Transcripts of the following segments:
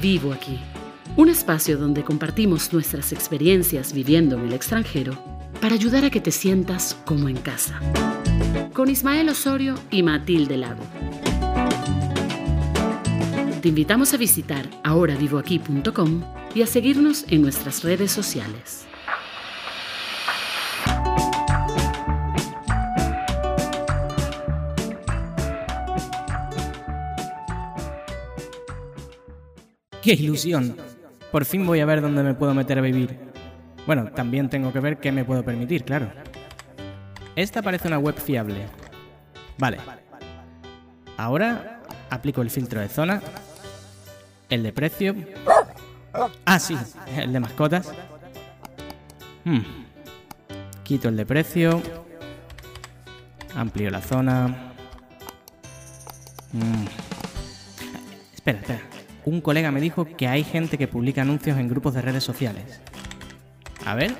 Vivo Aquí, un espacio donde compartimos nuestras experiencias viviendo en el extranjero para ayudar a que te sientas como en casa. Con Ismael Osorio y Matilde Lago. Te invitamos a visitar ahoravivoaquí.com y a seguirnos en nuestras redes sociales. ¡Qué ilusión! Por fin voy a ver dónde me puedo meter a vivir. Bueno, también tengo que ver qué me puedo permitir, claro. Esta parece una web fiable. Vale. Ahora aplico el filtro de zona, el de precio. Ah, sí, el de mascotas. Quito el de precio. Amplío la zona. Espera. Un colega me dijo que hay gente que publica anuncios en grupos de redes sociales. A ver.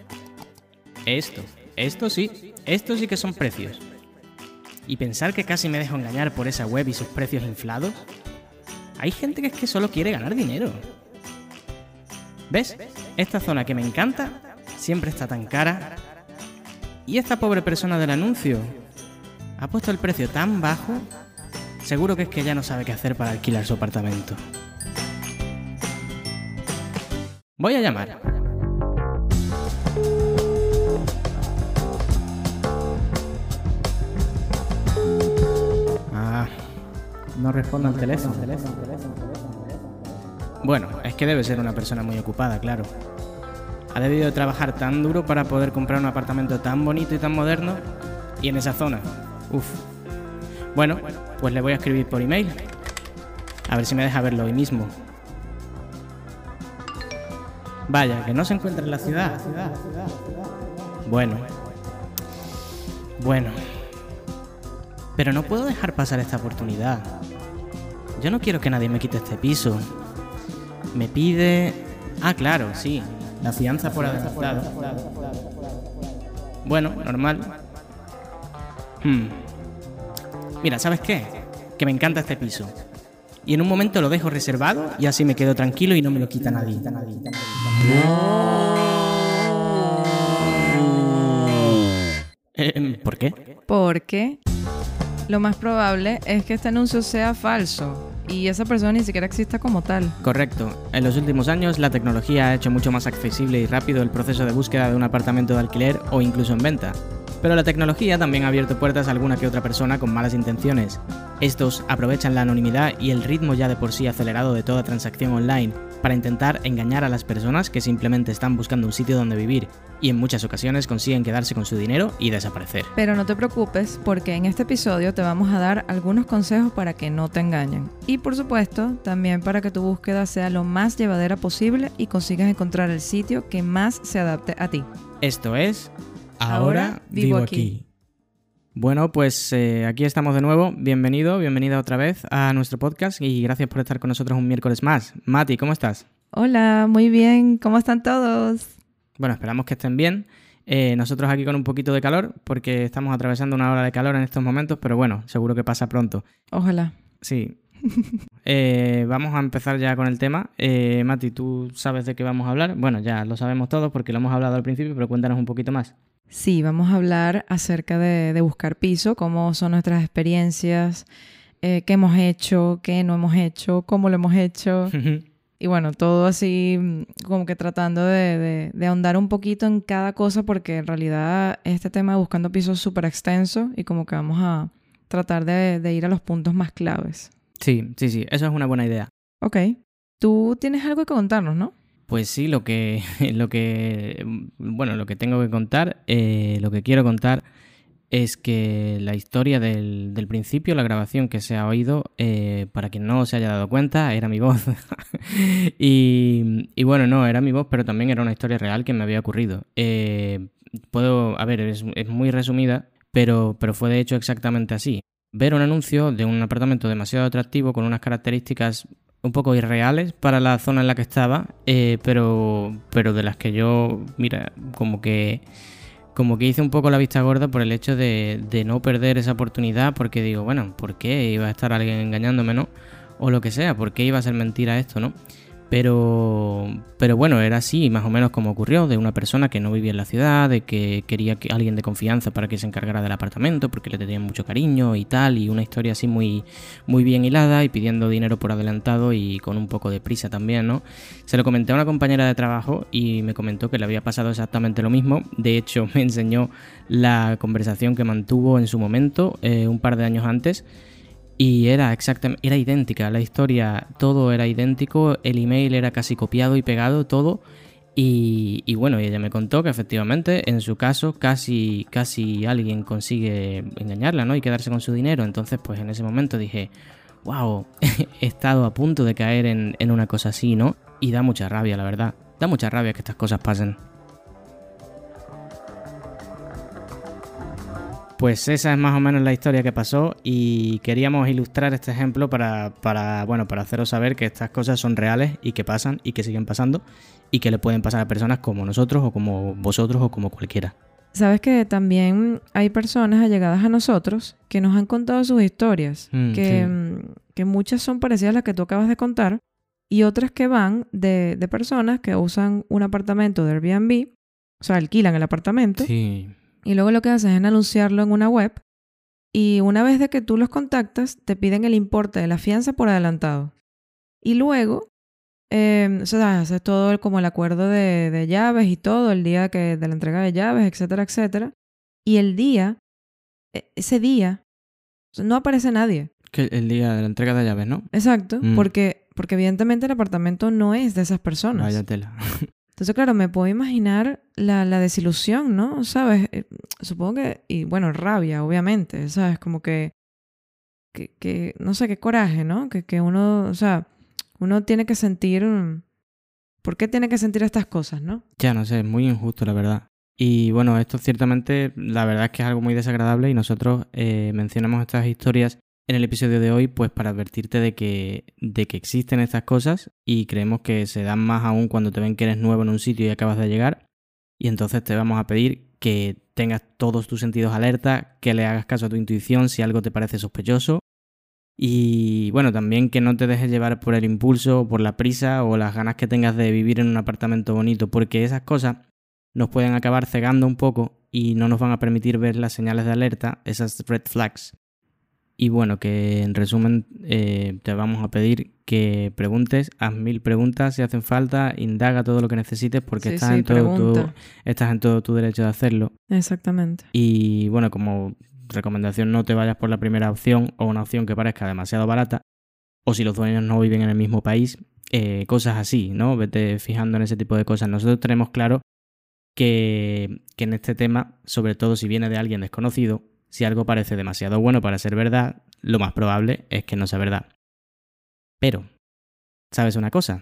Esto sí que son precios. Y pensar que casi me dejo engañar por esa web y sus precios inflados. Hay gente que es que solo quiere ganar dinero. ¿Ves? Esta zona que me encanta siempre está tan cara. Y esta pobre persona del anuncio ha puesto el precio tan bajo. Seguro que es que ya no sabe qué hacer para alquilar su apartamento. Voy a llamar. No responde al teléfono. Bueno, es que debe ser una persona muy ocupada, claro. Ha debido de trabajar tan duro para poder comprar un apartamento tan bonito y tan moderno. Y en esa zona. Uf. Bueno, pues le voy a escribir por email. A ver si me deja verlo hoy mismo. Vaya, que no se encuentra en la ciudad. Bueno. Pero no puedo dejar pasar esta oportunidad. Yo no quiero que nadie me quite este piso. Me pide... Ah, claro, sí. La fianza por adelantado. Bueno, normal. Mira, ¿sabes qué? Que me encanta este piso. Y en un momento lo dejo reservado y así me quedo tranquilo y no me lo quita nadie. ¿Por qué? Porque lo más probable es que este anuncio sea falso y esa persona ni siquiera exista como tal. Correcto. En los últimos años la tecnología ha hecho mucho más accesible y rápido el proceso de búsqueda de un apartamento de alquiler o incluso en venta. Pero la tecnología también ha abierto puertas a alguna que otra persona con malas intenciones. Estos aprovechan la anonimidad y el ritmo ya de por sí acelerado de toda transacción online para intentar engañar a las personas que simplemente están buscando un sitio donde vivir y en muchas ocasiones consiguen quedarse con su dinero y desaparecer. Pero no te preocupes porque en este episodio te vamos a dar algunos consejos para que no te engañen. Y por supuesto, también para que tu búsqueda sea lo más llevadera posible y consigas encontrar el sitio que más se adapte a ti. Esto es... Ahora vivo aquí. Bueno, pues aquí estamos de nuevo. Bienvenida otra vez a nuestro podcast y gracias por estar con nosotros un miércoles más. Mati, ¿cómo estás? Hola, muy bien. ¿Cómo están todos? Bueno, esperamos que estén bien. Nosotros aquí con un poquito de calor porque estamos atravesando una ola de calor en estos momentos, pero bueno, seguro que pasa pronto. Ojalá. Sí. Vamos a empezar ya con el tema. Mati, ¿tú sabes de qué vamos a hablar? Bueno, ya lo sabemos todos porque lo hemos hablado al principio, pero cuéntanos un poquito más. Sí, vamos a hablar acerca de buscar piso, cómo son nuestras experiencias, qué hemos hecho, qué no hemos hecho, cómo lo hemos hecho. Y bueno, todo así como que tratando de ahondar un poquito en cada cosa porque en realidad este tema de buscando piso es súper extenso y como que vamos a tratar de ir a los puntos más claves. Sí, eso es una buena idea. Ok. Tú tienes algo que contarnos, ¿no? Pues sí, lo que tengo que contar, lo que quiero contar es que la historia del principio, la grabación que se ha oído, para quien no se haya dado cuenta, era mi voz. y bueno, no, era mi voz, pero también era una historia real que me había ocurrido. Es muy resumida, pero fue de hecho exactamente así. Ver un anuncio de un apartamento demasiado atractivo con unas características un poco irreales para la zona en la que estaba, pero de las que yo, mira, como que hice un poco la vista gorda por el hecho de no perder esa oportunidad, porque digo, bueno, ¿por qué iba a estar alguien engañándome, no? o lo que sea, ¿por qué iba a ser mentira esto, no? Pero bueno, era así más o menos como ocurrió, de una persona que no vivía en la ciudad, de que quería que alguien de confianza para que se encargara del apartamento porque le tenían mucho cariño y tal, y una historia así muy, muy bien hilada y pidiendo dinero por adelantado y con un poco de prisa también, ¿no? Se lo comenté a una compañera de trabajo y me comentó que le había pasado exactamente lo mismo. De hecho, me enseñó la conversación que mantuvo en su momento, un par de años antes. Y era idéntica la historia, todo era idéntico, el email era casi copiado y pegado, todo. Y bueno, ella me contó que efectivamente en su caso casi alguien consigue engañarla, ¿no? Y quedarse con su dinero. Entonces pues en ese momento dije, wow, he estado a punto de caer en una cosa así, ¿no? Y da mucha rabia, la verdad. Da mucha rabia que estas cosas pasen. Pues esa es más o menos la historia que pasó y queríamos ilustrar este ejemplo para haceros saber que estas cosas son reales y que pasan y que siguen pasando y que le pueden pasar a personas como nosotros o como vosotros o como cualquiera. Sabes que también hay personas allegadas a nosotros que nos han contado sus historias, que muchas son parecidas a las que tú acabas de contar y otras que van de personas que usan un apartamento de Airbnb, o sea, alquilan el apartamento. Sí. Y luego lo que hacen es anunciarlo en una web y una vez de que tú los contactas te piden el importe de la fianza por adelantado. Y luego, haces todo como el acuerdo de llaves y todo, el día de la entrega de llaves, etcétera, etcétera. Y ese día, no aparece nadie. Que el día de la entrega de llaves, ¿no? Exacto, porque evidentemente el apartamento no es de esas personas. Vaya tela. Entonces, claro, me puedo imaginar la desilusión, ¿no? ¿Sabes? Supongo que... Y bueno, rabia, obviamente, ¿sabes? Como que no sé, qué coraje, ¿no? Que uno... O sea, uno tiene que sentir... ¿Por qué tiene que sentir estas cosas, no? Ya, no sé, es muy injusto, la verdad. Y bueno, esto ciertamente, la verdad es que es algo muy desagradable y nosotros mencionamos estas historias en el episodio de hoy pues para advertirte de que existen estas cosas y creemos que se dan más aún cuando te ven que eres nuevo en un sitio y acabas de llegar y entonces te vamos a pedir que tengas todos tus sentidos alerta, que le hagas caso a tu intuición si algo te parece sospechoso y bueno, también que no te dejes llevar por el impulso o por la prisa o las ganas que tengas de vivir en un apartamento bonito porque esas cosas nos pueden acabar cegando un poco y no nos van a permitir ver las señales de alerta, esas red flags. Y bueno, que en resumen te vamos a pedir que preguntes, haz 1000 preguntas si hacen falta, indaga todo lo que necesites porque estás en todo tu derecho de hacerlo. Exactamente. Y bueno, como recomendación no te vayas por la primera opción o una opción que parezca demasiado barata o si los dueños no viven en el mismo país, cosas así, ¿no? Vete fijando en ese tipo de cosas. Nosotros tenemos claro que en este tema, sobre todo si viene de alguien desconocido, si algo parece demasiado bueno para ser verdad, lo más probable es que no sea verdad. Pero, ¿sabes una cosa?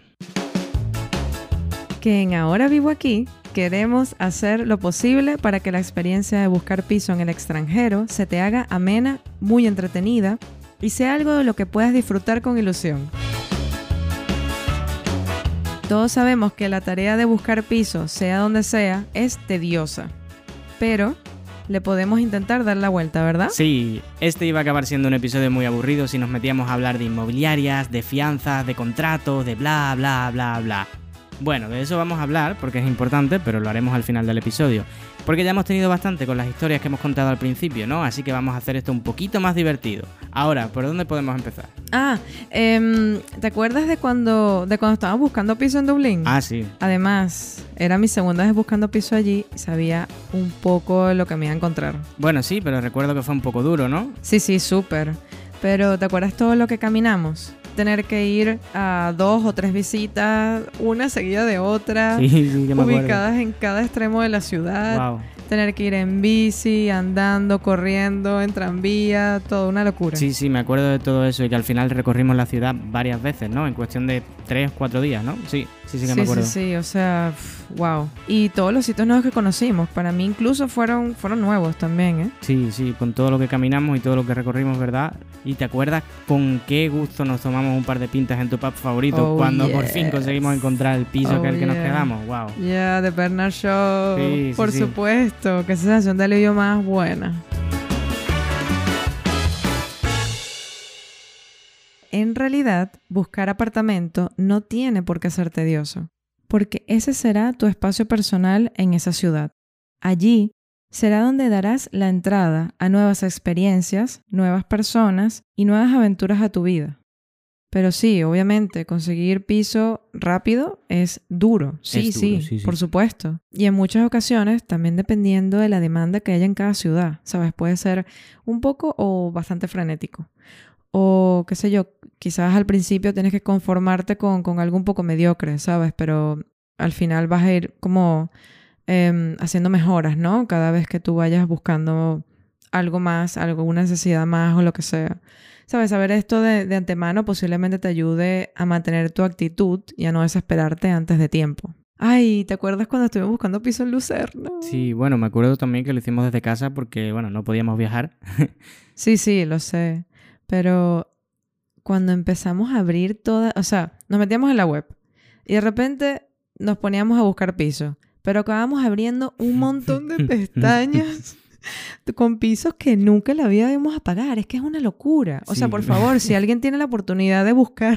Que en Ahora Vivo Aquí queremos hacer lo posible para que la experiencia de buscar piso en el extranjero se te haga amena, muy entretenida y sea algo de lo que puedas disfrutar con ilusión. Todos sabemos que la tarea de buscar piso, sea donde sea, es tediosa. Pero le podemos intentar dar la vuelta, ¿verdad? Sí, este iba a acabar siendo un episodio muy aburrido si nos metíamos a hablar de inmobiliarias, de fianzas, de contratos, de bla, bla, bla, bla. Bueno, de eso vamos a hablar porque es importante, pero lo haremos al final del episodio. Porque ya hemos tenido bastante con las historias que hemos contado al principio, ¿no? Así que vamos a hacer esto un poquito más divertido. Ahora, ¿por dónde podemos empezar? ¿Te acuerdas de cuando estábamos buscando piso en Dublín? Ah, sí. Además, era mi segunda vez buscando piso allí y sabía un poco lo que me iba a encontrar. Bueno, sí, pero recuerdo que fue un poco duro, ¿no? Sí, súper. Pero ¿te acuerdas todo lo que caminamos? Tener que ir a 2 o 3 visitas, una seguida de otra, sí, que me ubicadas acuerdo. en cada extremo de la ciudad. Wow. Tener que ir en bici, andando, corriendo, en tranvía, toda una locura. Sí, me acuerdo de todo eso y que al final recorrimos la ciudad varias veces, ¿no? En cuestión de 3 o 4 días, ¿no? Sí que me acuerdo. Sí, o sea, wow. Y todos los sitios nuevos que conocimos, para mí incluso fueron nuevos también, ¿eh? Sí, con todo lo que caminamos y todo lo que recorrimos, ¿verdad? ¿Y te acuerdas con qué gusto nos tomamos un par de pintas en tu pub favorito cuando por fin conseguimos encontrar el piso que es el que nos quedamos? Wow. The Bernard Shaw. Sí, por supuesto, qué sensación de alivio más buena. en realidad buscar apartamento no tiene por qué ser tedioso, porque ese será tu espacio personal en esa ciudad. Allí será donde darás la entrada a nuevas experiencias, nuevas personas y nuevas aventuras a tu vida. Pero sí, obviamente, conseguir piso rápido es duro. Sí, sí, por supuesto. Y en muchas ocasiones, también dependiendo de la demanda que haya en cada ciudad, ¿sabes? Puede ser un poco o bastante frenético. O, qué sé yo, quizás al principio tienes que conformarte con algo un poco mediocre, ¿sabes? Pero al final vas a ir como haciendo mejoras, ¿no? Cada vez que tú vayas buscando algo más, alguna necesidad más o lo que sea. ¿Sabes? Saber esto de antemano posiblemente te ayude a mantener tu actitud y a no desesperarte antes de tiempo. Ay, ¿te acuerdas cuando estuvimos buscando piso en Lucerna? Sí, bueno, me acuerdo también que lo hicimos desde casa porque, bueno, no podíamos viajar. Sí, lo sé. Pero cuando empezamos a abrir o sea, nos metíamos en la web y de repente nos poníamos a buscar piso. Pero acabamos abriendo un montón de pestañas con pisos que nunca en la vida íbamos a pagar. Es que es una locura. O sea, por favor, si alguien tiene la oportunidad de buscar,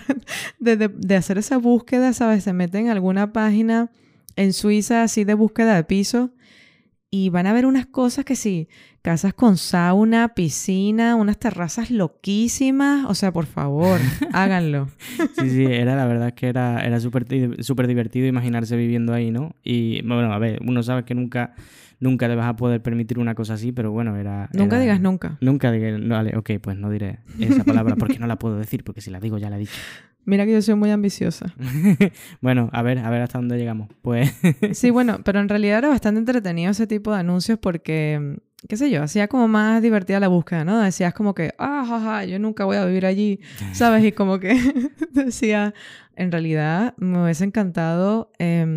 de hacer esa búsqueda, ¿sabes? Se mete en alguna página en Suiza así de búsqueda de piso y van a ver unas cosas que sí, casas con sauna, piscina, unas terrazas loquísimas. O sea, por favor, háganlo. Sí, la verdad es que era súper divertido imaginarse viviendo ahí, ¿no? Y bueno, a ver, uno sabe que nunca te vas a poder permitir una cosa así, pero bueno, Nunca digas nunca. Nunca digas, vale, ok, pues no diré esa palabra porque no la puedo decir, porque si la digo ya la he dicho. Mira que yo soy muy ambiciosa. Bueno, a ver hasta dónde llegamos. Pues sí, bueno, pero en realidad era bastante entretenido ese tipo de anuncios porque, qué sé yo, hacía como más divertida la búsqueda, ¿no? Decías como que, jaja, yo nunca voy a vivir allí, ¿sabes? Y como que decía, en realidad me hubiese encantado,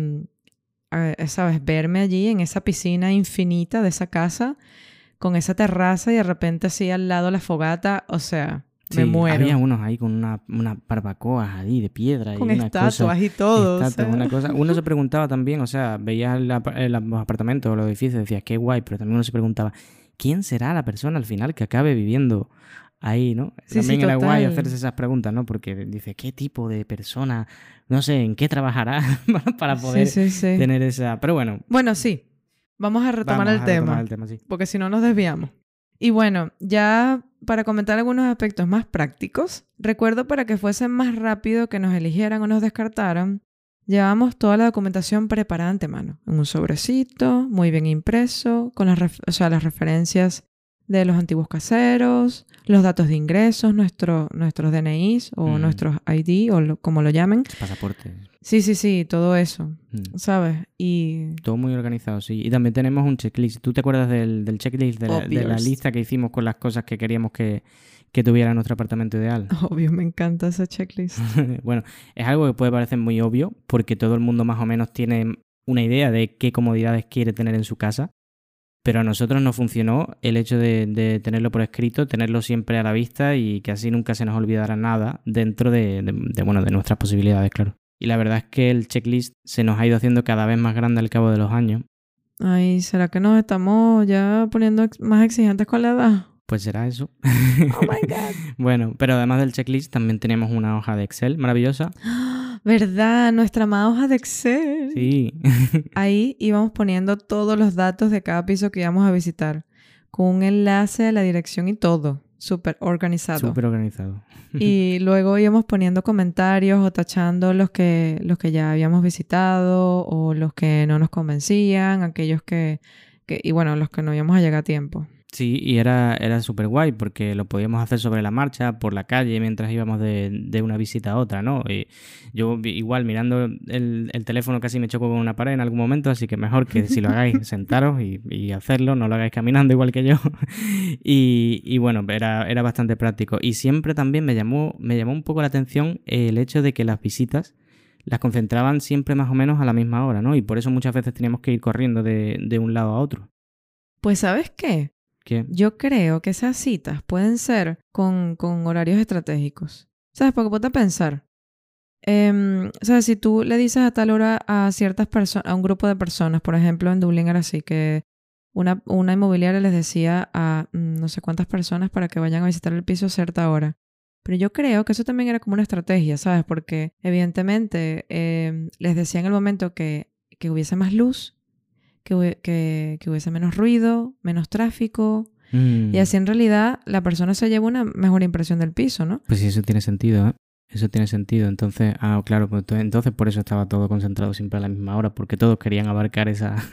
¿sabes? Verme allí en esa piscina infinita de esa casa, con esa terraza y de repente así al lado la fogata, o sea... Sí, me muero. Había unos ahí con una barbacoas ahí de piedra. Con y una estatuas cosa, y todo. Estatuas, o sea. Una cosa. Uno se preguntaba también, o sea, veías los apartamentos o los edificios y decías, qué guay, pero también uno se preguntaba, ¿quién será la persona al final que acabe viviendo ahí, ¿no? Sí, también era total. guay hacerse esas preguntas, ¿no? Porque dices, ¿qué tipo de persona, no sé, en qué trabajará para poder tener esa... Pero bueno. Bueno, sí. Vamos a retomar el tema. Sí. Porque si no nos desviamos. Y bueno, ya para comentar algunos aspectos más prácticos, recuerdo para que fuese más rápido que nos eligieran o nos descartaran, llevamos toda la documentación preparada antemano, en un sobrecito, muy bien impreso, con las referencias de los antiguos caseros, los datos de ingresos, nuestros DNIs o nuestros ID o como lo llamen. Pasaportes. Sí, todo eso, ¿sabes? Y... todo muy organizado, sí. Y también tenemos un checklist. ¿Tú te acuerdas del checklist de la lista que hicimos con las cosas que queríamos que tuviera nuestro apartamento ideal? Obvio, me encanta ese checklist. Bueno, es algo que puede parecer muy obvio porque todo el mundo más o menos tiene una idea de qué comodidades quiere tener en su casa. Pero a nosotros nos funcionó el hecho de tenerlo por escrito, tenerlo siempre a la vista y que así nunca se nos olvidara nada dentro de nuestras posibilidades, claro. Y la verdad es que el checklist se nos ha ido haciendo cada vez más grande al cabo de los años. Ay, ¿será que nos estamos ya poniendo más exigentes con la edad? Pues será eso. Oh my God. Bueno, pero además del checklist también tenemos una hoja de Excel maravillosa. ¿Verdad? Nuestra amada hoja de Excel. Sí. Ahí íbamos poniendo todos los datos de cada piso que íbamos a visitar, con un enlace a la dirección y todo. Súper organizado. Y luego íbamos poniendo comentarios o tachando los que ya habíamos visitado o los que no nos convencían, aquellos y bueno, los que no íbamos a llegar a tiempo. Sí, y era súper guay porque lo podíamos hacer sobre la marcha, por la calle, mientras íbamos de una visita a otra, ¿no? Y yo igual mirando el teléfono casi me choco con una pared en algún momento, así que mejor que si lo hagáis, sentaros y hacerlo, no lo hagáis caminando igual que yo. Y bueno, era bastante práctico. Y siempre también me llamó un poco la atención el hecho de que las visitas las concentraban siempre más o menos a la misma hora, ¿no? Y por eso muchas veces teníamos que ir corriendo de un lado a otro. Pues ¿sabes qué? ¿Qué? Yo creo que esas citas pueden ser con horarios estratégicos. ¿Sabes? Porque ponte a pensar. O sea, si tú le dices a tal hora a ciertas personas, a un grupo de personas, por ejemplo, en Dublín era así, que una inmobiliaria les decía a no sé cuántas personas para que vayan a visitar el piso a cierta hora. Pero yo creo que eso también era como una estrategia, ¿sabes? Porque evidentemente les decía en el momento que hubiese más luz, que hubiese menos ruido, menos tráfico. Y así en realidad la persona se lleva una mejor impresión del piso, ¿no? Pues sí, eso tiene sentido, ¿eh? Eso tiene sentido. Entonces, claro, pues entonces por eso estaba todo concentrado siempre a la misma hora, porque todos querían abarcar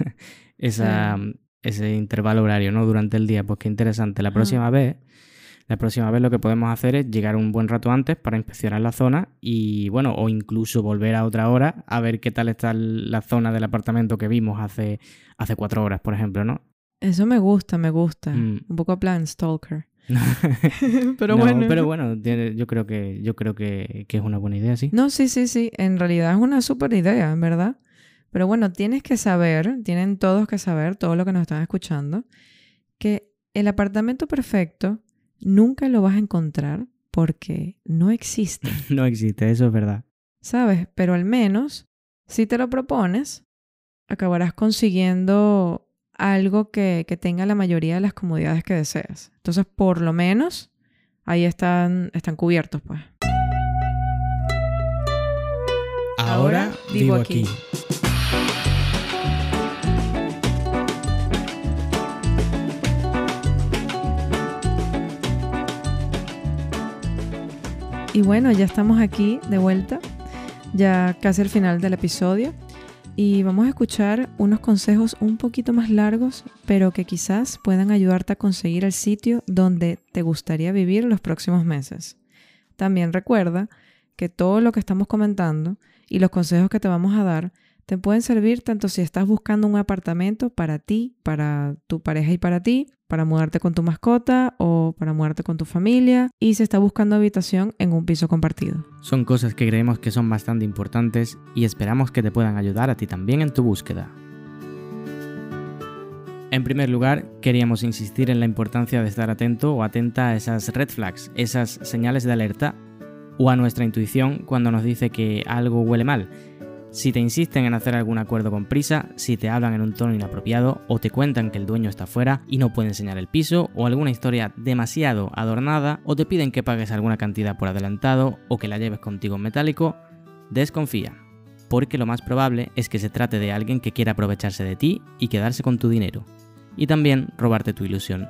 ese intervalo horario, ¿no? Durante el día. Pues qué interesante. La próxima vez lo que podemos hacer es llegar un buen rato antes para inspeccionar la zona y, bueno, o incluso volver a otra hora a ver qué tal está la zona del apartamento que vimos hace 4 horas, por ejemplo, ¿no? Eso me gusta. Un poco a plan stalker. Pero bueno, yo creo que es una buena idea, ¿sí? No, sí. En realidad es una súper idea, en verdad. Pero bueno, tienen todos que saber, todo lo que nos están escuchando, que el apartamento perfecto nunca lo vas a encontrar porque no existe. No existe, eso es verdad. ¿Sabes? Pero al menos, si te lo propones, acabarás consiguiendo algo que tenga la mayoría de las comodidades que deseas. Entonces, por lo menos, ahí están cubiertos, pues. Ahora vivo aquí. Y bueno, ya estamos aquí de vuelta, ya casi al final del episodio. Y vamos a escuchar unos consejos un poquito más largos, pero que quizás puedan ayudarte a conseguir el sitio donde te gustaría vivir los próximos meses. También recuerda que todo lo que estamos comentando y los consejos que te vamos a dar te pueden servir tanto si estás buscando un apartamento para ti, para tu pareja y para ti, para mudarte con tu mascota o para mudarte con tu familia, y si estás buscando habitación en un piso compartido. Son cosas que creemos que son bastante importantes y esperamos que te puedan ayudar a ti también en tu búsqueda. En primer lugar, queríamos insistir en la importancia de estar atento o atenta a esas red flags, esas señales de alerta, o a nuestra intuición cuando nos dice que algo huele mal. Si te insisten en hacer algún acuerdo con prisa, si te hablan en un tono inapropiado o te cuentan que el dueño está fuera y no puede enseñar el piso, o alguna historia demasiado adornada, o te piden que pagues alguna cantidad por adelantado o que la lleves contigo en metálico, desconfía, porque lo más probable es que se trate de alguien que quiera aprovecharse de ti y quedarse con tu dinero, y también robarte tu ilusión.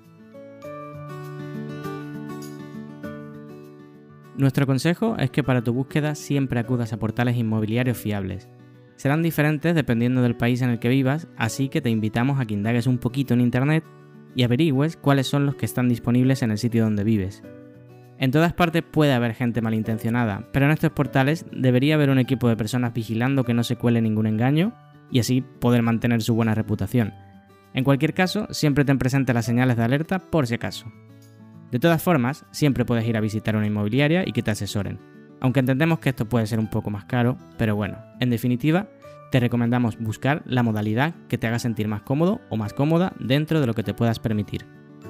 Nuestro consejo es que para tu búsqueda siempre acudas a portales inmobiliarios fiables. Serán diferentes dependiendo del país en el que vivas, así que te invitamos a que indagues un poquito en internet y averigües cuáles son los que están disponibles en el sitio donde vives. En todas partes puede haber gente malintencionada, pero en estos portales debería haber un equipo de personas vigilando que no se cuele ningún engaño y así poder mantener su buena reputación. En cualquier caso, siempre ten presente las señales de alerta por si acaso. De todas formas, siempre puedes ir a visitar una inmobiliaria y que te asesoren. Aunque entendemos que esto puede ser un poco más caro, pero bueno, en definitiva, te recomendamos buscar la modalidad que te haga sentir más cómodo o más cómoda dentro de lo que te puedas permitir.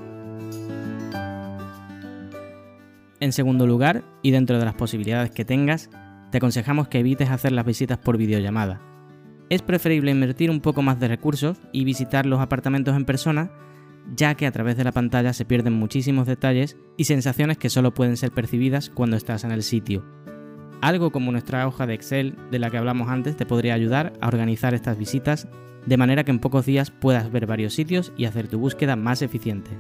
En segundo lugar, y dentro de las posibilidades que tengas, te aconsejamos que evites hacer las visitas por videollamada. Es preferible invertir un poco más de recursos y visitar los apartamentos en persona, ya que a través de la pantalla se pierden muchísimos detalles y sensaciones que solo pueden ser percibidas cuando estás en el sitio. Algo como nuestra hoja de Excel de la que hablamos antes te podría ayudar a organizar estas visitas de manera que en pocos días puedas ver varios sitios y hacer tu búsqueda más eficiente.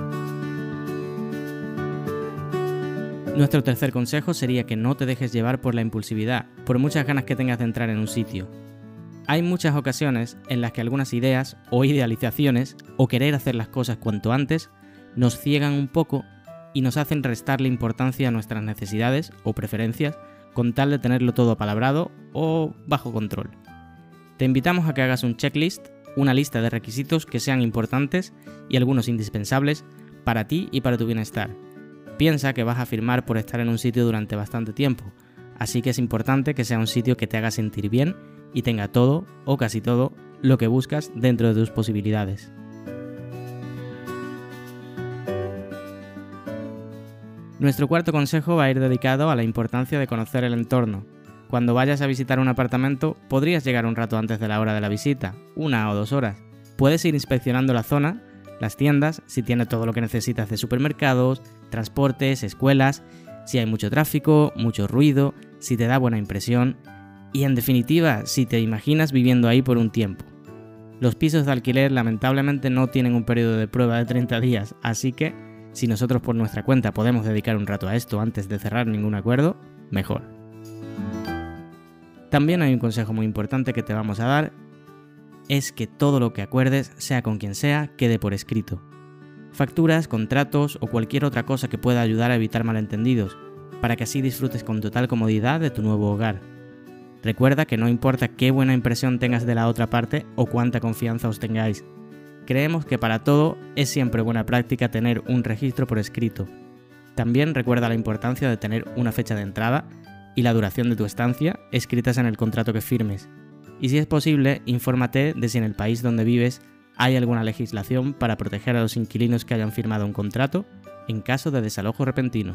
Nuestro tercer consejo sería que no te dejes llevar por la impulsividad, por muchas ganas que tengas de entrar en un sitio. Hay muchas ocasiones en las que algunas ideas o idealizaciones o querer hacer las cosas cuanto antes nos ciegan un poco y nos hacen restarle importancia a nuestras necesidades o preferencias con tal de tenerlo todo apalabrado o bajo control. Te invitamos a que hagas un checklist, una lista de requisitos que sean importantes y algunos indispensables para ti y para tu bienestar. Piensa que vas a firmar por estar en un sitio durante bastante tiempo, así que es importante que sea un sitio que te haga sentir bien y tenga todo, o casi todo, lo que buscas dentro de tus posibilidades. Nuestro cuarto consejo va a ir dedicado a la importancia de conocer el entorno. Cuando vayas a visitar un apartamento, podrías llegar un rato antes de la hora de la visita, 1 o 2 horas. Puedes ir inspeccionando la zona, las tiendas, si tiene todo lo que necesitas de supermercados, transportes, escuelas, si hay mucho tráfico, mucho ruido, si te da buena impresión y, en definitiva, si te imaginas viviendo ahí por un tiempo. Los pisos de alquiler lamentablemente no tienen un periodo de prueba de 30 días, así que si nosotros por nuestra cuenta podemos dedicar un rato a esto antes de cerrar ningún acuerdo, mejor. También hay un consejo muy importante que te vamos a dar, es que todo lo que acuerdes, sea con quien sea, quede por escrito. Facturas, contratos o cualquier otra cosa que pueda ayudar a evitar malentendidos, para que así disfrutes con total comodidad de tu nuevo hogar. Recuerda que no importa qué buena impresión tengas de la otra parte o cuánta confianza os tengáis. Creemos que para todo es siempre buena práctica tener un registro por escrito. También recuerda la importancia de tener una fecha de entrada y la duración de tu estancia escritas en el contrato que firmes. Y si es posible, infórmate de si en el país donde vives hay alguna legislación para proteger a los inquilinos que hayan firmado un contrato en caso de desalojo repentino.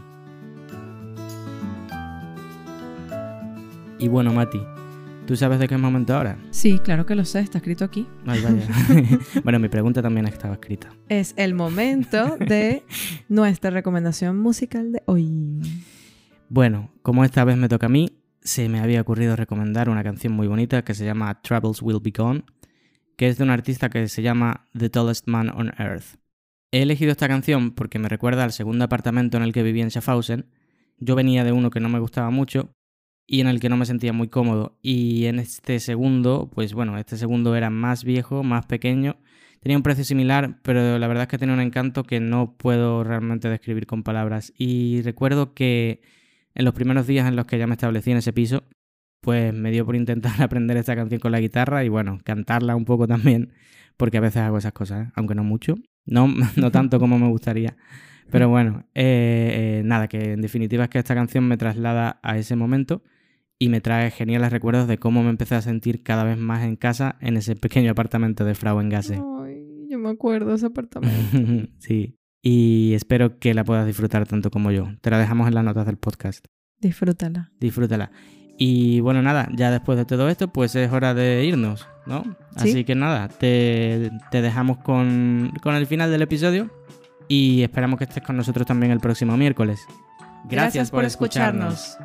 Y bueno, Mati, ¿tú sabes de qué es momento ahora? Sí, claro que lo sé, está escrito aquí. Ay, vaya. Bueno, mi pregunta también estaba escrita. Es el momento de nuestra recomendación musical de hoy. Bueno, como esta vez me toca a mí, se me había ocurrido recomendar una canción muy bonita que se llama Troubles Will Be Gone, que es de un artista que se llama The Tallest Man on Earth. He elegido esta canción porque me recuerda al segundo apartamento en el que viví en Schaffhausen. Yo venía de uno que no me gustaba mucho y en el que no me sentía muy cómodo. Y en este segundo, pues bueno, este segundo era más viejo, más pequeño. Tenía un precio similar, pero la verdad es que tenía un encanto que no puedo realmente describir con palabras. Y recuerdo que en los primeros días en los que ya me establecí en ese piso, pues me dio por intentar aprender esta canción con la guitarra y bueno, cantarla un poco también, porque a veces hago esas cosas, aunque no mucho. No tanto como me gustaría. Pero bueno, nada, que en definitiva es que esta canción me traslada a ese momento y me trae geniales recuerdos de cómo me empecé a sentir cada vez más en casa en ese pequeño apartamento de Frauengasse. Ay, yo me acuerdo de ese apartamento. Sí, y espero que la puedas disfrutar tanto como yo. Te la dejamos en las notas del podcast. Disfrútala. Y bueno, nada, ya después de todo esto, pues es hora de irnos, ¿no? ¿Sí? Así que nada, te dejamos con el final del episodio y esperamos que estés con nosotros también el próximo miércoles. Gracias por escucharnos.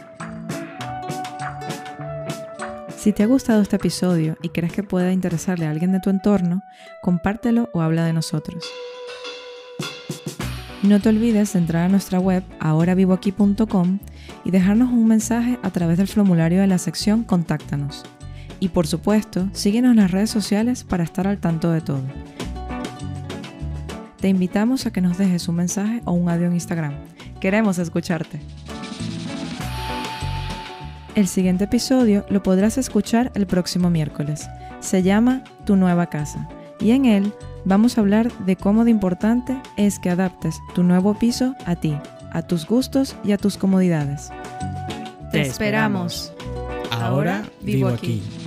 Si te ha gustado este episodio y crees que pueda interesarle a alguien de tu entorno, compártelo o habla de nosotros. No te olvides de entrar a nuestra web ahoravivoaquí.com y dejarnos un mensaje a través del formulario de la sección Contáctanos. Y por supuesto, síguenos en las redes sociales para estar al tanto de todo. Te invitamos a que nos dejes un mensaje o un audio en Instagram. Queremos escucharte. El siguiente episodio lo podrás escuchar el próximo miércoles. Se llama Tu Nueva Casa y en él vamos a hablar de cómo de importante es que adaptes tu nuevo piso a ti, a tus gustos y a tus comodidades. Te esperamos. Ahora vivo aquí.